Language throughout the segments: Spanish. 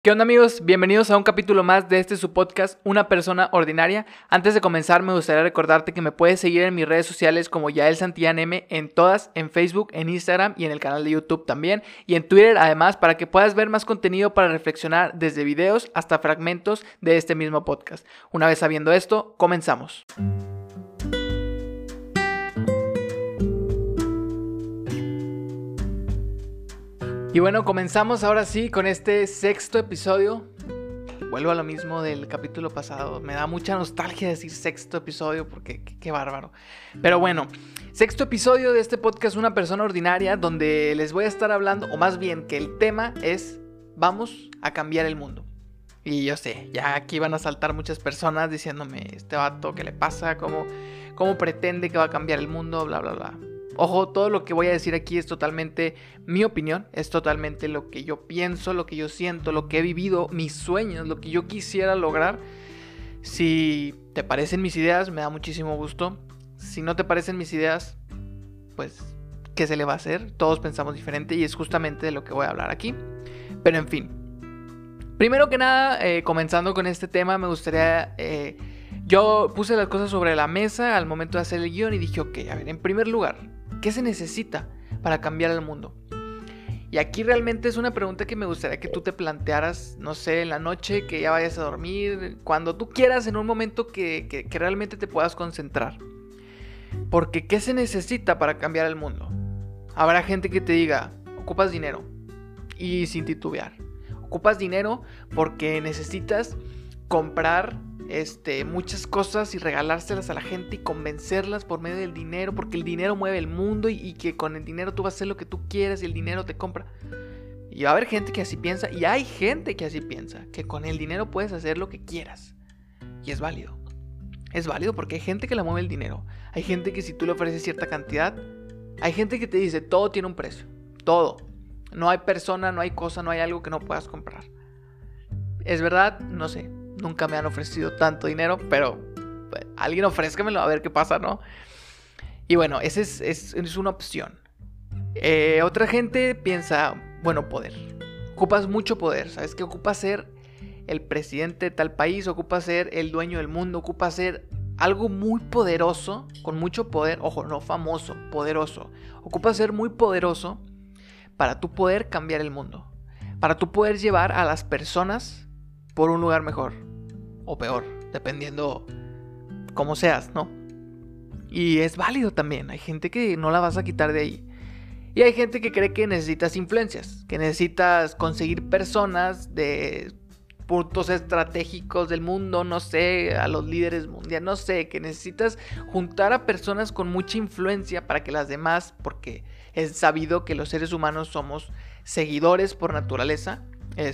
¿Qué onda, amigos? Bienvenidos a un capítulo más de su podcast, Una Persona Ordinaria. Antes de comenzar me gustaría recordarte que me puedes seguir en mis redes sociales como Yael Santillán M, en todas, en Facebook, en Instagram y en el canal de YouTube también, y en Twitter además, para que puedas ver más contenido para reflexionar desde videos hasta fragmentos de este mismo podcast. Una vez sabiendo esto, comenzamos. Y bueno, comenzamos ahora sí con este sexto episodio. Vuelvo a lo mismo del capítulo pasado. Me da mucha nostalgia decir sexto episodio porque qué bárbaro. Pero bueno, sexto episodio de este podcast Una Persona Ordinaria, donde les voy a estar hablando, o más bien que el tema es: vamos a cambiar el mundo. Y yo sé, ya aquí van a saltar muchas personas diciéndome: este vato, ¿qué le pasa? ¿Cómo pretende que va a cambiar el mundo? Bla, bla, bla. Ojo, todo lo que voy a decir aquí es totalmente mi opinión, es totalmente lo que yo pienso, lo que yo siento, lo que he vivido, mis sueños, lo que yo quisiera lograr. Si te parecen mis ideas, me da muchísimo gusto. Si no te parecen mis ideas, pues, ¿qué se le va a hacer? Todos pensamos diferente y es justamente de lo que voy a hablar aquí. Pero en fin, primero que nada, comenzando con este tema, me gustaría... yo puse las cosas sobre la mesa al momento de hacer el guión y dije, ok, a ver, en primer lugar, ¿qué se necesita para cambiar el mundo? Y aquí realmente es una pregunta que me gustaría que tú te plantearas, no sé, en la noche, que ya vayas a dormir, cuando tú quieras, en un momento que realmente te puedas concentrar. Porque ¿qué se necesita para cambiar el mundo? Habrá gente que te diga, ocupas dinero, y sin titubear. Ocupas dinero porque necesitas comprar muchas cosas y regalárselas a la gente y convencerlas por medio del dinero, porque el dinero mueve el mundo y que con el dinero tú vas a hacer lo que tú quieras y el dinero te compra. Y va a haber gente que así piensa, y hay gente que así piensa, que con el dinero puedes hacer lo que quieras. Y es válido. Es válido porque hay gente que la mueve el dinero. Hay gente que si tú le ofreces cierta cantidad, hay gente que te dice, todo tiene un precio. Todo. No hay persona, no hay cosa, no hay algo que no puedas comprar. ¿Es verdad? No sé. Nunca me han ofrecido tanto dinero, pero alguien ofrézcamelo a ver qué pasa, ¿no? Y bueno, esa es una opción. Otra gente piensa, bueno, poder. Ocupas mucho poder, ¿sabes qué? Ocupas ser el presidente de tal país, ocupas ser el dueño del mundo, ocupas ser algo muy poderoso, con mucho poder. Ojo, no famoso, poderoso. Ocupas ser muy poderoso para tú poder cambiar el mundo. Para tú poder llevar a las personas por un lugar mejor o peor, dependiendo cómo seas, ¿no? Y es válido también. Hay gente que no la vas a quitar de ahí. Y hay gente que cree que necesitas influencias, que necesitas conseguir personas de puntos estratégicos del mundo, no sé, a los líderes mundiales, no sé, que necesitas juntar a personas con mucha influencia para que las demás, porque es sabido que los seres humanos somos seguidores por naturaleza,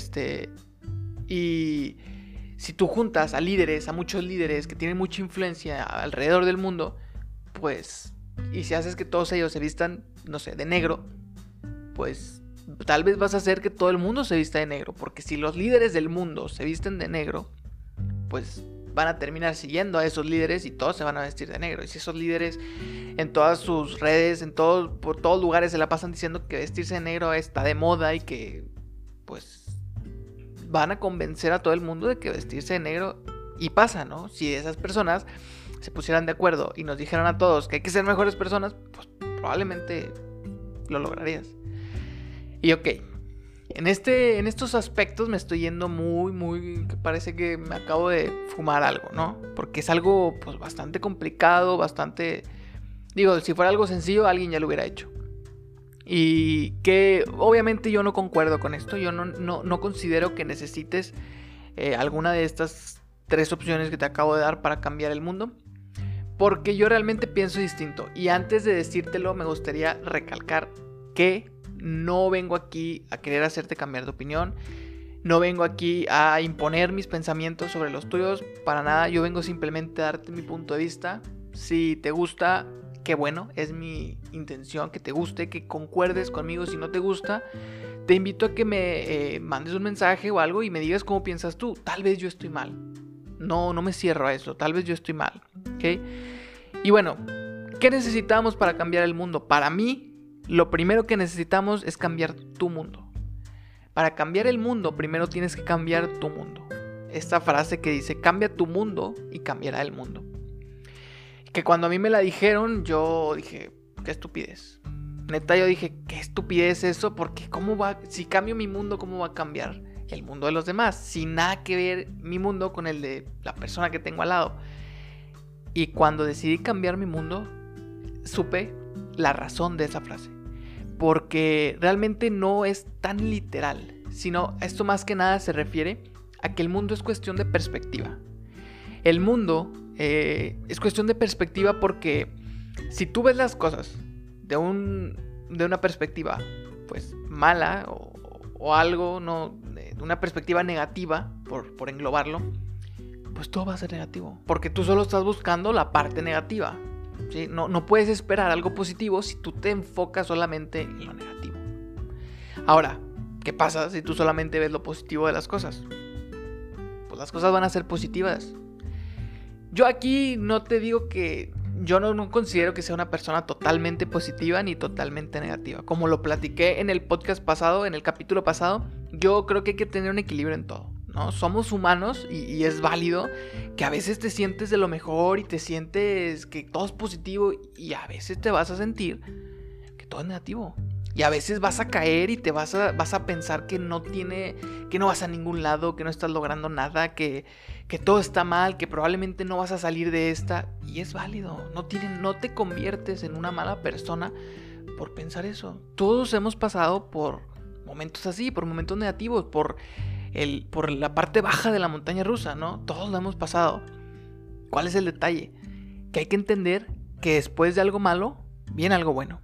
y si tú juntas a líderes, a muchos líderes que tienen mucha influencia alrededor del mundo, pues, y si haces que todos ellos se vistan, no sé, de negro, pues tal vez vas a hacer que todo el mundo se vista de negro, porque si los líderes del mundo se visten de negro, pues van a terminar siguiendo a esos líderes y todos se van a vestir de negro. Y si esos líderes en todas sus redes, por todos lugares se la pasan diciendo que vestirse de negro está de moda y que, pues, van a convencer a todo el mundo de que vestirse de negro, y pasa, ¿no? Si esas personas se pusieran de acuerdo y nos dijeran a todos que hay que ser mejores personas, pues probablemente lo lograrías. Y ok, en estos aspectos me estoy yendo muy, que parece que me acabo de fumar algo, ¿no? Porque es algo pues bastante complicado, bastante... Digo, si fuera algo sencillo, alguien ya lo hubiera hecho. Y que obviamente yo no concuerdo con esto. Yo no considero que necesites alguna de estas tres opciones que te acabo de dar para cambiar el mundo, porque yo realmente pienso distinto. Y antes de decírtelo, me gustaría recalcar que no vengo aquí a querer hacerte cambiar de opinión. No vengo aquí a imponer mis pensamientos sobre los tuyos, para nada. Yo vengo simplemente a darte mi punto de vista. Si te gusta, qué bueno, es mi intención que te guste, que concuerdes conmigo. Si no te gusta, te invito a que me mandes un mensaje o algo y me digas cómo piensas tú. Tal vez yo estoy mal. No me cierro a eso. Tal vez yo estoy mal. ¿Ok? Y bueno, ¿qué necesitamos para cambiar el mundo? Para mí, lo primero que necesitamos es cambiar tu mundo. para cambiar el mundo, primero tienes que cambiar tu mundo. Esta frase que dice, cambia tu mundo y cambiará el mundo. Que cuando a mí me la dijeron, yo dije, qué estupidez. Neta, yo dije, qué estupidez eso, porque si cambio mi mundo, ¿cómo va a cambiar el mundo de los demás? Sin nada que ver mi mundo con el de la persona que tengo al lado. Y cuando decidí cambiar mi mundo, supe la razón de esa frase. Porque realmente no es tan literal, sino esto más que nada se refiere a que el mundo es cuestión de perspectiva. El mundo es cuestión de perspectiva porque si tú ves las cosas de una perspectiva pues mala o algo, no, de una perspectiva negativa, por englobarlo, pues todo va a ser negativo. Porque tú solo estás buscando la parte negativa, ¿sí? No puedes esperar algo positivo si tú te enfocas solamente en lo negativo. Ahora, ¿qué pasa si tú solamente ves lo positivo de las cosas? Pues las cosas van a ser positivas. Yo aquí no te digo que... Yo no considero que sea una persona totalmente positiva ni totalmente negativa. Como lo platiqué en el podcast pasado, en el capítulo pasado, yo creo que hay que tener un equilibrio en todo, ¿no? Somos humanos y es válido que a veces te sientes de lo mejor y te sientes que todo es positivo y a veces te vas a sentir que todo es negativo. Y a veces vas a caer y te vas a pensar que no vas a ningún lado, que no estás logrando nada, que todo está mal, que probablemente no vas a salir de esta. Y es válido, no te conviertes en una mala persona por pensar eso. Todos hemos pasado por momentos así, por momentos negativos, por la parte baja de la montaña rusa, ¿no? Todos lo hemos pasado. ¿Cuál es el detalle? Que hay que entender que después de algo malo, viene algo bueno.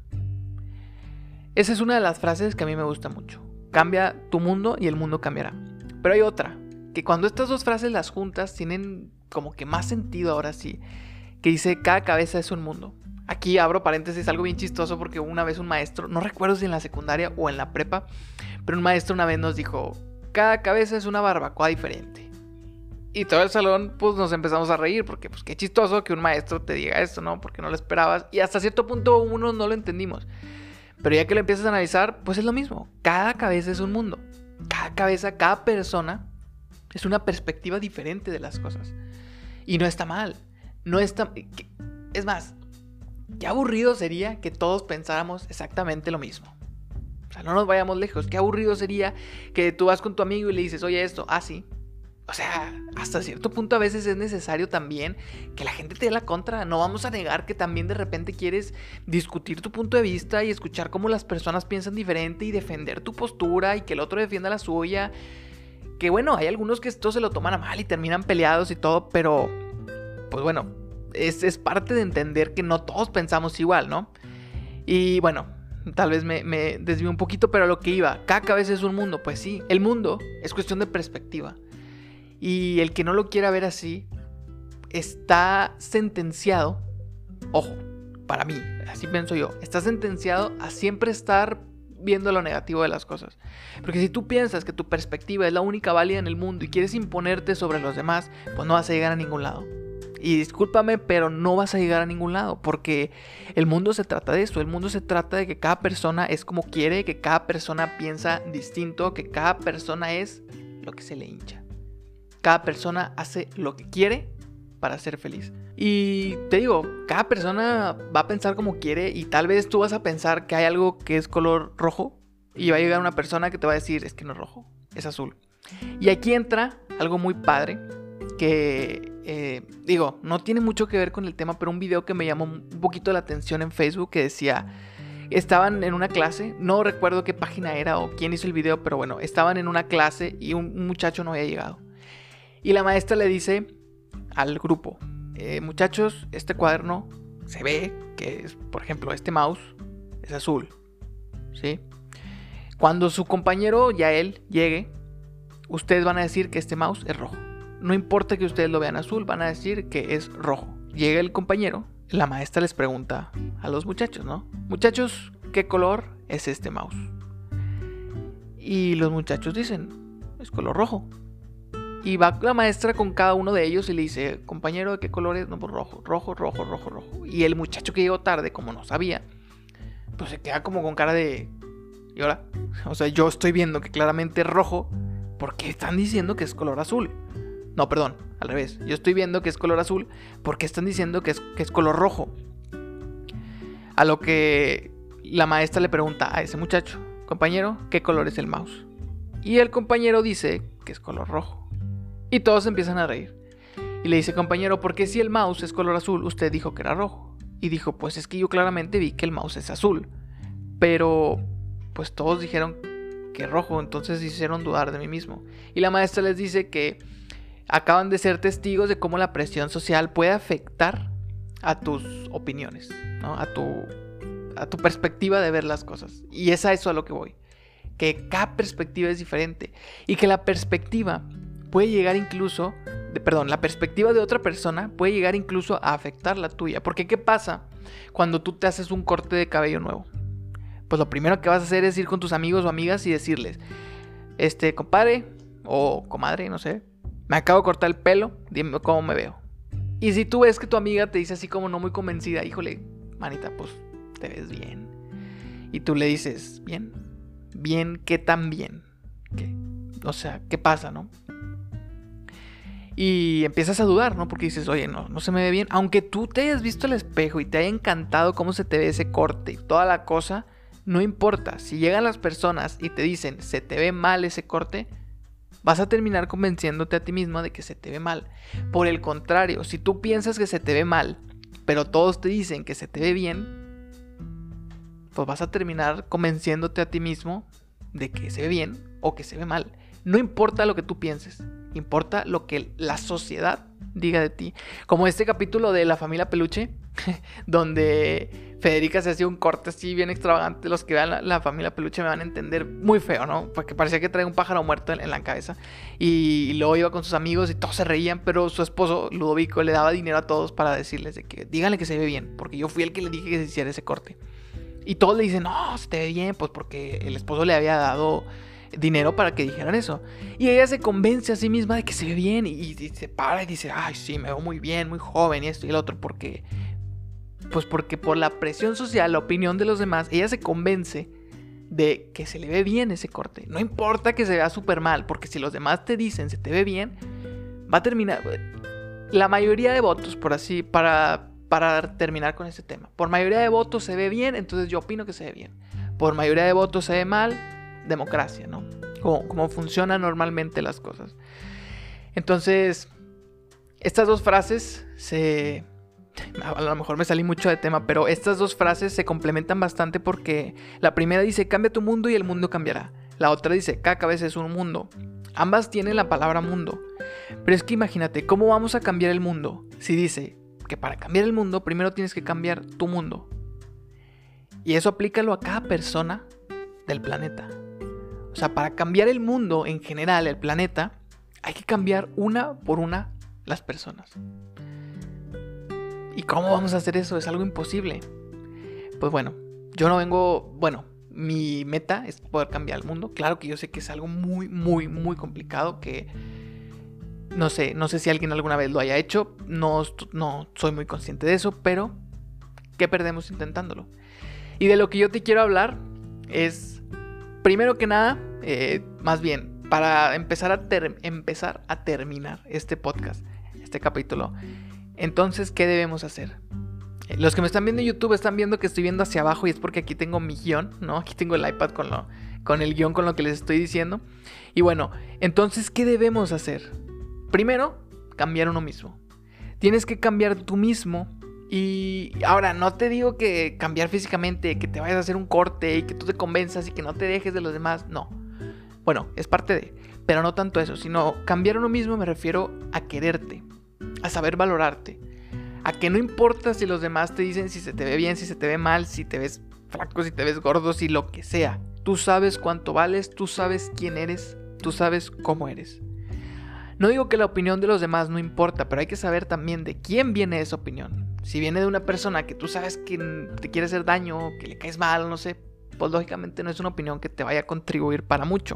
Esa es una de las frases que a mí me gusta mucho. Cambia tu mundo y el mundo cambiará. Pero hay otra, que cuando estas dos frases las juntas tienen como que más sentido ahora sí, que dice, cada cabeza es un mundo. Aquí abro paréntesis, algo bien chistoso porque una vez un maestro, no recuerdo si en la secundaria o en la prepa, pero un maestro una vez nos dijo, cada cabeza es una barbacoa diferente. Y todo el salón pues nos empezamos a reír porque pues qué chistoso que un maestro te diga esto, ¿no? Porque no lo esperabas y hasta cierto punto uno no lo entendimos. Pero ya que lo empiezas a analizar, pues es lo mismo. Cada cabeza es un mundo. Cada cabeza, cada persona es una perspectiva diferente de las cosas. Y no está mal. Es más, qué aburrido sería que todos pensáramos exactamente lo mismo. O sea, no nos vayamos lejos. Qué aburrido sería que tú vas con tu amigo y le dices, oye esto, sí. O sea, hasta cierto punto a veces es necesario también que la gente te dé la contra. No vamos a negar que también de repente quieres discutir tu punto de vista y escuchar cómo las personas piensan diferente y defender tu postura y que el otro defienda la suya. Que bueno, hay algunos que esto se lo toman a mal y terminan peleados y todo, pero pues bueno, es parte de entender que no todos pensamos igual, ¿no? Y bueno, tal vez me desvío un poquito, pero a lo que iba, cada cabeza es un mundo. Pues sí, el mundo es cuestión de perspectiva. Y el que no lo quiera ver así está sentenciado, ojo, para mí, así pienso yo, está sentenciado a siempre estar viendo lo negativo de las cosas. Porque si tú piensas que tu perspectiva es la única válida en el mundo y quieres imponerte sobre los demás, pues no vas a llegar a ningún lado. Y discúlpame, pero no vas a llegar a ningún lado, porque el mundo se trata de eso. El mundo se trata de que cada persona es como quiere, que cada persona piensa distinto, que cada persona es lo que se le hincha. Cada persona hace lo que quiere para ser feliz. Y te digo, cada persona va a pensar como quiere y tal vez tú vas a pensar que hay algo que es color rojo y va a llegar una persona que te va a decir, es que no es rojo, es azul. Y aquí entra algo muy padre que, no tiene mucho que ver con el tema, pero un video que me llamó un poquito la atención en Facebook que decía, estaban en una clase, no recuerdo qué página era o quién hizo el video, pero bueno, estaban en una clase y un muchacho no había llegado. Y la maestra le dice al grupo, muchachos, este cuaderno se ve que es, por ejemplo, este mouse es azul, ¿sí? Cuando su compañero, ya él, llegue, ustedes van a decir que este mouse es rojo. No importa que ustedes lo vean azul, van a decir que es rojo. Llega el compañero, la maestra les pregunta a los muchachos, ¿no? Muchachos, ¿qué color es este mouse? Y los muchachos dicen, es color rojo. Y va la maestra con cada uno de ellos y le dice, compañero, ¿de qué color es? No, pues rojo, rojo, rojo, rojo, rojo. Y el muchacho que llegó tarde, como no sabía, pues se queda como con cara de, Y ahora, o sea, yo estoy viendo que claramente es rojo. ¿Por qué están diciendo que es color azul? No, perdón, al revés. Yo estoy viendo que es color azul. ¿Por qué están diciendo que es color rojo? A lo que la maestra le pregunta a ese muchacho: compañero, ¿qué color es el mouse? Y el compañero dice que es color rojo. Y todos empiezan a reír. Y le dice: compañero, ¿por qué si el mouse es color azul, usted dijo que era rojo? Y dijo: pues es que yo claramente vi que el mouse es azul. Pero pues todos dijeron que rojo, entonces hicieron dudar de mí mismo. Y la maestra les dice que acaban de ser testigos de cómo la presión social puede afectar a tus opiniones, ¿no? A tu perspectiva de ver las cosas. Y es a eso a lo que voy. Que cada perspectiva es diferente. Y que la perspectiva puede llegar incluso... la perspectiva de otra persona puede llegar incluso a afectar la tuya. Porque ¿qué pasa cuando tú te haces un corte de cabello nuevo? Pues lo primero que vas a hacer es ir con tus amigos o amigas y decirles: compadre o comadre, no sé, me acabo de cortar el pelo, dime cómo me veo. Y si tú ves que tu amiga te dice así como no muy convencida: híjole, manita, pues te ves bien. Y tú le dices: ¿bien? ¿Bien? ¿Qué tan bien? ¿Qué? O sea, ¿qué pasa, no? Y empiezas a dudar, ¿no? Porque dices: oye, no se me ve bien. Aunque tú te hayas visto al espejo y te haya encantado cómo se te ve ese corte y toda la cosa, no importa. Si llegan las personas y te dicen: se te ve mal ese corte, vas a terminar convenciéndote a ti mismo de que se te ve mal. Por el contrario, si tú piensas que se te ve mal, pero todos te dicen que se te ve bien, pues vas a terminar convenciéndote a ti mismo de que se ve bien o que se ve mal. No importa lo que tú pienses, importa lo que la sociedad diga de ti. Como este capítulo de La Familia Peluche, donde Federica se hacía un corte así bien extravagante. Los que vean la Familia Peluche me van a entender, muy feo, ¿no? Porque parecía que traía un pájaro muerto en la cabeza. Y luego iba con sus amigos y todos se reían, pero su esposo Ludovico le daba dinero a todos para decirles de que díganle que se ve bien, porque yo fui el que le dije que se hiciera ese corte. Y todos le dicen: no, se te ve bien, pues porque el esposo le había dado dinero para que dijeran eso. Y ella se convence a sí misma de que se ve bien y se para y dice: ay, sí, me veo muy bien, muy joven y esto y el otro. Porque por la presión social, la opinión de los demás, ella se convence de que se le ve bien ese corte. No importa que se vea súper mal, porque si los demás te dicen se te ve bien, va a terminar... La mayoría de votos, por así, para terminar con este tema, por mayoría de votos se ve bien, entonces yo opino que se ve bien. Por mayoría de votos se ve mal, democracia, ¿no? Como funcionan normalmente las cosas. Entonces, estas dos frases a lo mejor me salí mucho de tema, pero estas dos frases se complementan bastante, porque la primera dice: cambia tu mundo y el mundo cambiará. La otra dice: cada cabeza es un mundo. Ambas tienen la palabra mundo. Pero es que imagínate, ¿cómo vamos a cambiar el mundo? Si dice que para cambiar el mundo primero tienes que cambiar tu mundo. Y eso aplícalo a cada persona del planeta. O sea, para cambiar el mundo en general, el planeta, hay que cambiar una por una las personas. ¿Y cómo vamos a hacer eso? Es algo imposible. Pues bueno, mi meta es poder cambiar el mundo. Claro que yo sé que es algo muy, muy, muy complicado, que no sé si alguien alguna vez lo haya hecho. No soy muy consciente de eso, pero ¿qué perdemos intentándolo? Y de lo que yo te quiero hablar es, primero que nada, más bien, para empezar a terminar este podcast, este capítulo. Entonces, ¿qué debemos hacer? Los que me están viendo en YouTube están viendo que estoy viendo hacia abajo, y es porque aquí tengo mi guión, ¿no? Aquí tengo el iPad con el guión, con lo que les estoy diciendo. Y bueno, entonces, ¿qué debemos hacer? Primero, cambiar uno mismo. Tienes que cambiar tú mismo. Y ahora, no te digo que cambiar físicamente, que te vayas a hacer un corte y que tú te convenzas y que no te dejes de los demás, no. Bueno, es parte de, pero no tanto eso, sino cambiar uno mismo. Me refiero a quererte, a saber valorarte, a que no importa si los demás te dicen si se te ve bien, si se te ve mal, si te ves flaco, si te ves gordo, si lo que sea. Tú sabes cuánto vales, tú sabes quién eres, tú sabes cómo eres. No digo que la opinión de los demás no importa, pero hay que saber también de quién viene esa opinión. Si viene de una persona que tú sabes que te quiere hacer daño, que le caes mal, no sé, pues lógicamente no es una opinión que te vaya a contribuir para mucho.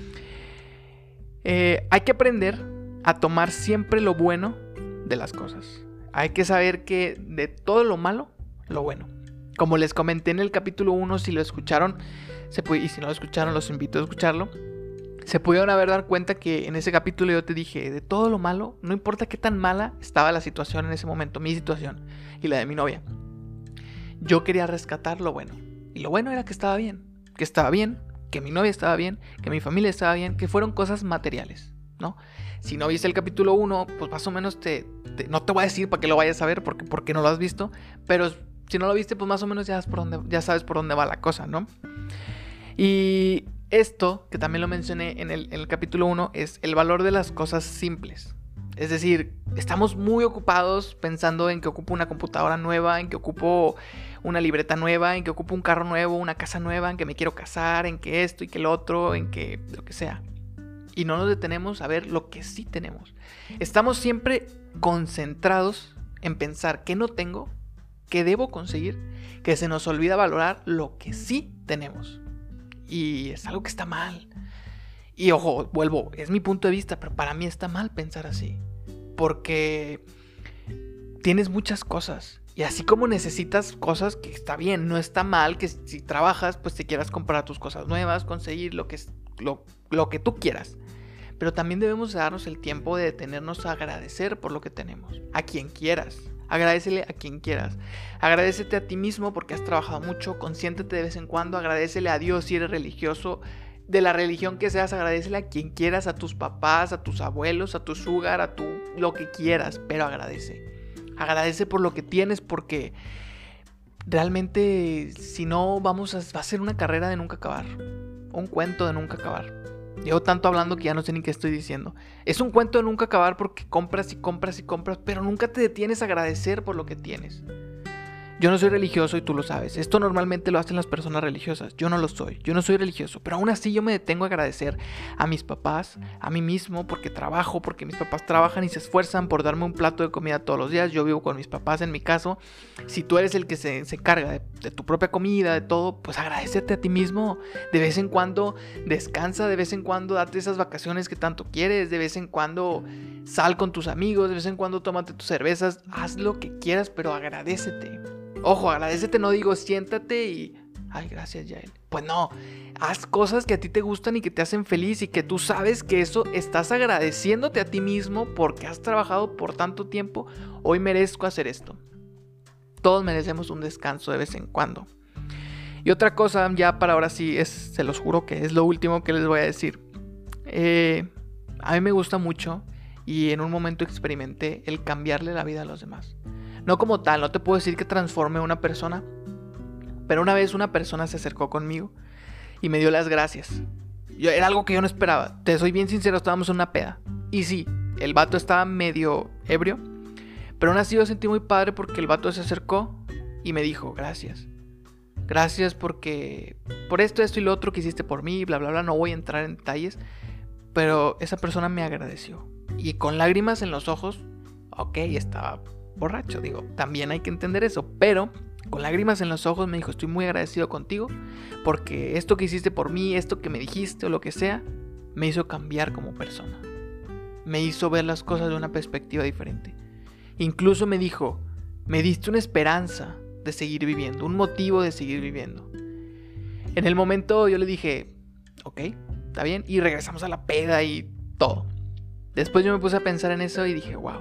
Hay que aprender a tomar siempre lo bueno de las cosas. Hay que saber que de todo lo malo, lo bueno. Como les comenté en el capítulo 1, si lo escucharon, y si no lo escucharon, los invito a escucharlo. Se pudieron dar cuenta que en ese capítulo yo te dije, de todo lo malo, no importa qué tan mala estaba la situación en ese momento, mi situación y la de mi novia, yo quería rescatar lo bueno. Y lo bueno era que estaba bien, que mi novia estaba bien, que mi familia estaba bien, que fueron cosas materiales, ¿no? Si no viste el capítulo 1, pues más o menos no te voy a decir para que lo vayas a ver, porque no lo has visto, pero si no lo viste, pues más o menos ya sabes por dónde va la cosa, ¿no? Y esto, que también lo mencioné en el capítulo 1, es el valor de las cosas simples. Es decir, estamos muy ocupados pensando en que ocupo una computadora nueva, en que ocupo una libreta nueva, en que ocupo un carro nuevo, una casa nueva, en que me quiero casar, en que esto y que lo otro, en que lo que sea. Y no nos detenemos a ver lo que sí tenemos. Estamos siempre concentrados en pensar qué no tengo, qué debo conseguir, que se nos olvida valorar lo que sí tenemos. Y es algo que está mal. Y ojo, vuelvo, es mi punto de vista, pero para mí está mal pensar así. Porque tienes muchas cosas. Y así como necesitas cosas, que está bien, no está mal que si trabajas, pues te quieras comprar tus cosas nuevas, conseguir lo que tú quieras. Pero también debemos darnos el tiempo de detenernos a agradecer por lo que tenemos. A quien quieras. Agradécele a quien quieras. Agradécete a ti mismo porque has trabajado mucho. Consiéntete de vez en cuando. Agradécele a Dios si eres religioso. De la religión que seas, agradécele a quien quieras. A tus papás, a tus abuelos, a tu sugar, a lo que quieras. Pero agradece. Agradece por lo que tienes porque realmente si no va a ser una carrera de nunca acabar. Un cuento de nunca acabar. Llevo tanto hablando que ya no sé ni qué estoy diciendo. Es un cuento de nunca acabar porque compras y compras y compras, pero nunca te detienes a agradecer por lo que tienes. Yo no soy religioso y tú lo sabes. Esto normalmente lo hacen las personas religiosas. Yo no lo soy. Yo no soy religioso. Pero aún así yo me detengo a agradecer a mis papás, a mí mismo, porque trabajo, porque mis papás trabajan y se esfuerzan por darme un plato de comida todos los días. Yo vivo con mis papás en mi caso. Si tú eres el que se encarga de tu propia comida, de todo, pues agradécete a ti mismo. De vez en cuando descansa, de vez en cuando date esas vacaciones que tanto quieres, de vez en cuando sal con tus amigos, de vez en cuando tómate tus cervezas. Haz lo que quieras, pero agradécete. Ojo, agradécete, no digo siéntate y... Ay, gracias, Yael. Pues no, haz cosas que a ti te gustan y que te hacen feliz y que tú sabes que eso estás agradeciéndote a ti mismo porque has trabajado por tanto tiempo. Hoy merezco hacer esto. Todos merecemos un descanso de vez en cuando. Y otra cosa, ya para ahora sí, se los juro que es lo último que les voy a decir. A mí me gusta mucho y en un momento experimenté el cambiarle la vida a los demás. No como tal, no te puedo decir que transforme a una persona, pero una vez una persona se acercó conmigo y me dio las gracias. Era algo que yo no esperaba. Te soy bien sincero, estábamos en una peda. Y sí, el vato estaba medio ebrio, pero aún así yo sentí muy padre porque el vato se acercó y me dijo, gracias. Gracias por esto y lo otro que hiciste por mí, bla, bla, bla. No voy a entrar en detalles, pero esa persona me agradeció. Y con lágrimas en los ojos, ok, estaba borracho, digo, también hay que entender eso, pero con lágrimas en los ojos me dijo, estoy muy agradecido contigo porque esto que hiciste por mí, esto que me dijiste o lo que sea, me hizo cambiar como persona, me hizo ver las cosas de una perspectiva diferente. Incluso me dijo, me diste una esperanza de seguir viviendo, un motivo de seguir viviendo. En el momento yo le dije, ok, está bien, y regresamos a la peda y todo. Después yo me puse a pensar en eso y dije, wow.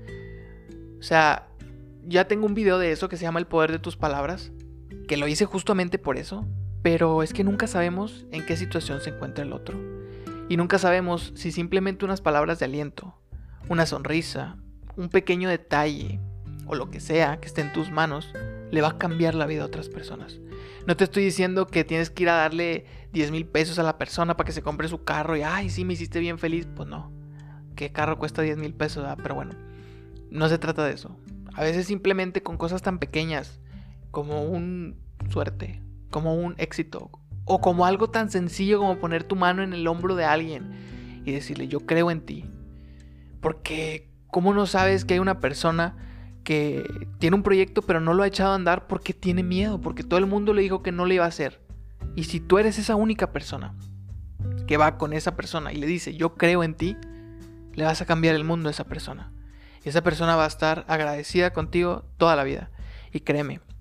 O sea, ya tengo un video de eso que se llama El Poder de Tus Palabras, que lo hice justamente por eso, pero es que nunca sabemos en qué situación se encuentra el otro. Y nunca sabemos si simplemente unas palabras de aliento, una sonrisa, un pequeño detalle o lo que sea que esté en tus manos le va a cambiar la vida a otras personas. No te estoy diciendo que tienes que ir a darle 10,000 pesos a la persona para que se compre su carro y ay, sí, me hiciste bien feliz. Pues no, ¿qué carro cuesta 10,000 pesos? Pero bueno, no se trata de eso. A veces simplemente con cosas tan pequeñas como un suerte, como un éxito o como algo tan sencillo como poner tu mano en el hombro de alguien y decirle yo creo en ti. Porque ¿cómo no sabes que hay una persona que tiene un proyecto pero no lo ha echado a andar porque tiene miedo? Porque todo el mundo le dijo que no le iba a hacer. Y si tú eres esa única persona que va con esa persona y le dice yo creo en ti, le vas a cambiar el mundo a esa persona. Y esa persona va a estar agradecida contigo toda la vida. Y créeme,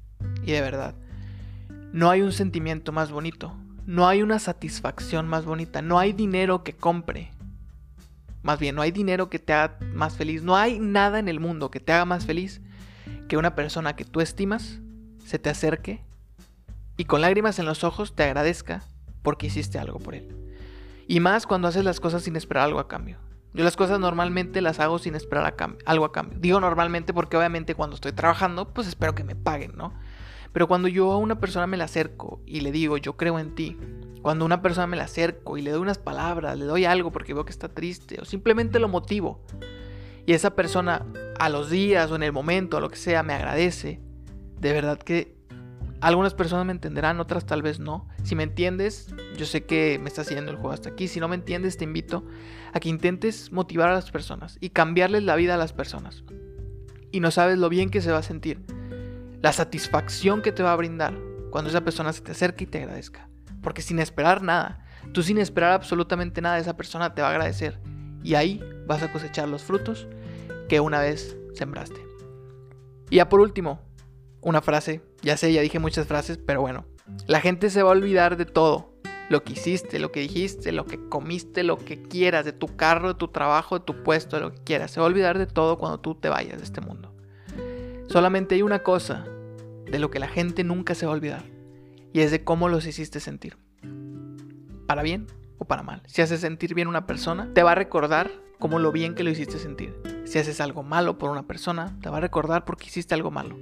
y de verdad, no hay un sentimiento más bonito, no hay una satisfacción más bonita, no hay dinero que compre. Más bien, no hay dinero que te haga más feliz, no hay nada en el mundo que te haga más feliz que una persona que tú estimas se te acerque y con lágrimas en los ojos te agradezca porque hiciste algo por él. Y más cuando haces las cosas sin esperar algo a cambio. Yo las cosas normalmente las hago sin esperar algo a cambio. Digo normalmente porque obviamente cuando estoy trabajando, pues espero que me paguen, ¿no? Pero cuando yo a una persona me la acerco y le digo, yo creo en ti. Cuando a una persona me la acerco y le doy unas palabras, le doy algo porque veo que está triste o simplemente lo motivo. Y esa persona a los días o en el momento o lo que sea me agradece. De verdad que algunas personas me entenderán, otras tal vez no. Si me entiendes, yo sé que me estás siguiendo el juego hasta aquí. Si no me entiendes, te invito a que intentes motivar a las personas y cambiarles la vida a las personas. Y no sabes lo bien que se va a sentir. La satisfacción que te va a brindar cuando esa persona se te acerque y te agradezca. Porque sin esperar nada, tú sin esperar absolutamente nada, esa persona te va a agradecer. Y ahí vas a cosechar los frutos que una vez sembraste. Y ya por último, una frase. Ya sé, ya dije muchas frases, pero bueno. La gente se va a olvidar de todo. Lo que hiciste, lo que dijiste, lo que comiste, lo que quieras, de tu carro, de tu trabajo, de tu puesto, de lo que quieras. Se va a olvidar de todo cuando tú te vayas de este mundo. Solamente hay una cosa de lo que la gente nunca se va a olvidar. Y es de cómo los hiciste sentir. Para bien o para mal. Si haces sentir bien a una persona, te va a recordar como lo bien que lo hiciste sentir. Si haces algo malo por una persona, te va a recordar porque hiciste algo malo.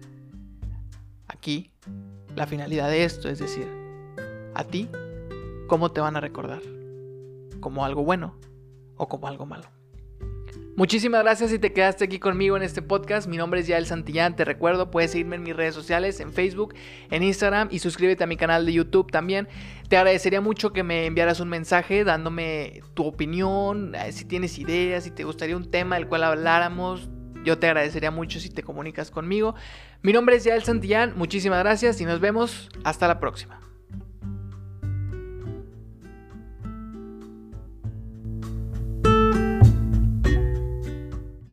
Aquí, la finalidad de esto es decir, a ti, ¿cómo te van a recordar? ¿Como algo bueno o como algo malo? Muchísimas gracias si te quedaste aquí conmigo en este podcast. Mi nombre es Yael Santillán. Te recuerdo, puedes seguirme en mis redes sociales, en Facebook, en Instagram y suscríbete a mi canal de YouTube también. Te agradecería mucho que me enviaras un mensaje dándome tu opinión, si tienes ideas, si te gustaría un tema del cual habláramos. Yo te agradecería mucho si te comunicas conmigo. Mi nombre es Yael Santillán. Muchísimas gracias y nos vemos hasta la próxima.